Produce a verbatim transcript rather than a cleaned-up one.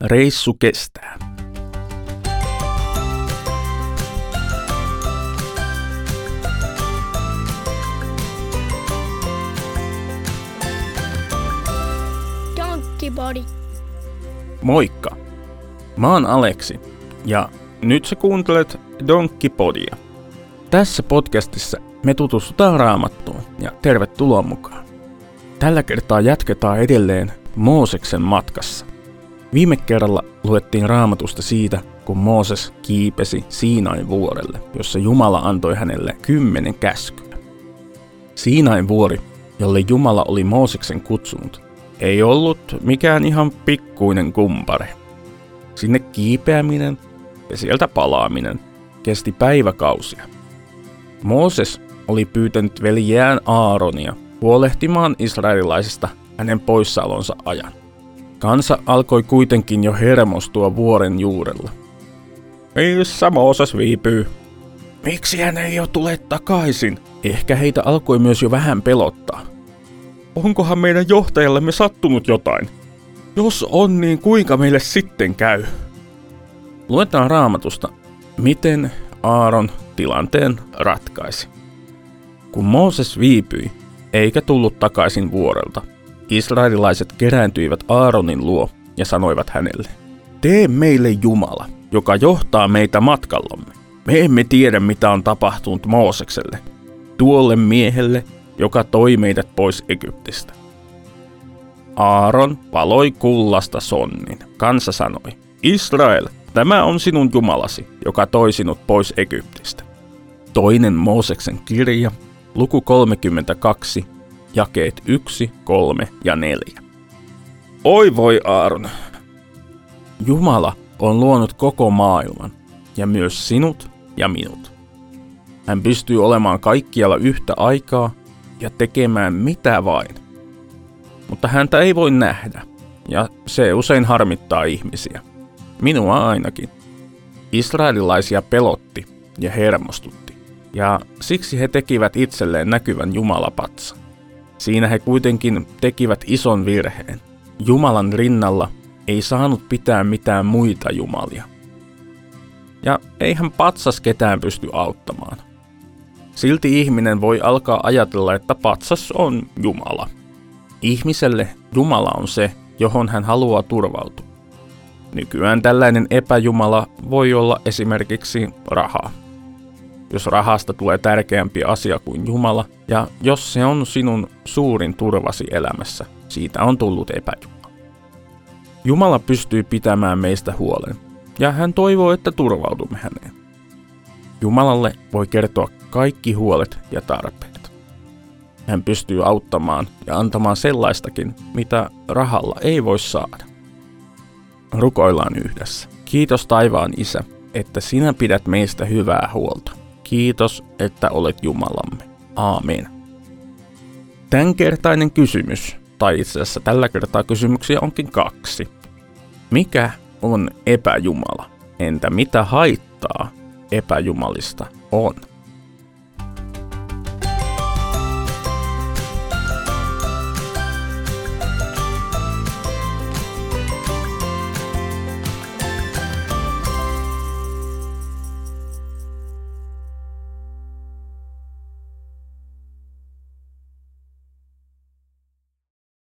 reissu kestää. Donkkipodi. Moikka! Mä oon Aleksi ja nyt sä kuuntelet Donkkipodia. Tässä podcastissa me tutustutaan Raamattuun ja tervetuloa mukaan. Tällä kertaa jatketaan edelleen Mooseksen matkassa. Viime kerralla luettiin Raamatusta siitä, kun Mooses kiipesi Siinain vuorelle, jossa Jumala antoi hänelle kymmenen käskyä. Siinain vuori, jolle Jumala oli Mooseksen kutsunut, ei ollut mikään ihan pikkuinen kumpare. Sinne kiipeäminen ja sieltä palaaminen kesti päiväkausia. Mooses oli pyytänyt veljään Aaronia huolehtimaan israelilaisista hänen poissaolonsa ajan. Kansa alkoi kuitenkin jo hermostua vuoren juurella. Missä Mooses viipyy? Miksi hän ei jo tule takaisin? Ehkä heitä alkoi myös jo vähän pelottaa. Onkohan meidän johtajallemme sattunut jotain? Jos on, niin kuinka meille sitten käy? Luetaan Raamatusta, miten Aaron tilanteen ratkaisi. Kun Mooses viipyi, eikä tullut takaisin vuorelta, israelilaiset kerääntyivät Aaronin luo ja sanoivat hänelle: tee meille Jumala, joka johtaa meitä matkallamme. Me emme tiedä, mitä on tapahtunut Moosekselle, tuolle miehelle, joka toi meidät pois Egyptistä. Aaron paloi kullasta sonnin. Kansa sanoi: Israel, tämä on sinun Jumalasi, joka toi sinut pois Egyptistä. Toinen Mooseksen kirja, luku kolmekymmentäkaksi, jakeet yksi, kolme ja neljä. Oi voi Aaron! Jumala on luonut koko maailman, ja myös sinut ja minut. Hän pystyy olemaan kaikkialla yhtä aikaa ja tekemään mitä vain. Mutta häntä ei voi nähdä, ja se usein harmittaa ihmisiä. Minua ainakin. Israelilaisia pelotti ja hermostutti, ja siksi he tekivät itselleen näkyvän jumalapatsan. Siinä he kuitenkin tekivät ison virheen. Jumalan rinnalla ei saanut pitää mitään muita jumalia. Ja eihän patsas ketään pysty auttamaan. Silti ihminen voi alkaa ajatella, että patsas on Jumala. Ihmiselle Jumala on se, johon hän haluaa turvautua. Nykyään tällainen epäjumala voi olla esimerkiksi raha. Jos rahasta tulee tärkeämpi asia kuin Jumala, ja jos se on sinun suurin turvasi elämässä, siitä on tullut epäjumala. Jumala pystyy pitämään meistä huolen, ja hän toivoo, että turvaudumme häneen. Jumalalle voi kertoa kaikki huolet ja tarpeet. Hän pystyy auttamaan ja antamaan sellaistakin, mitä rahalla ei voi saada. Rukoillaan yhdessä. Kiitos taivaan Isä, että sinä pidät meistä hyvää huolta. Kiitos, että olet Jumalamme. Aamen. Tämänkertainen kysymys, tai itse asiassa tällä kertaa kysymyksiä onkin kaksi. Mikä on epäjumala? Entä mitä haittaa epäjumalista on?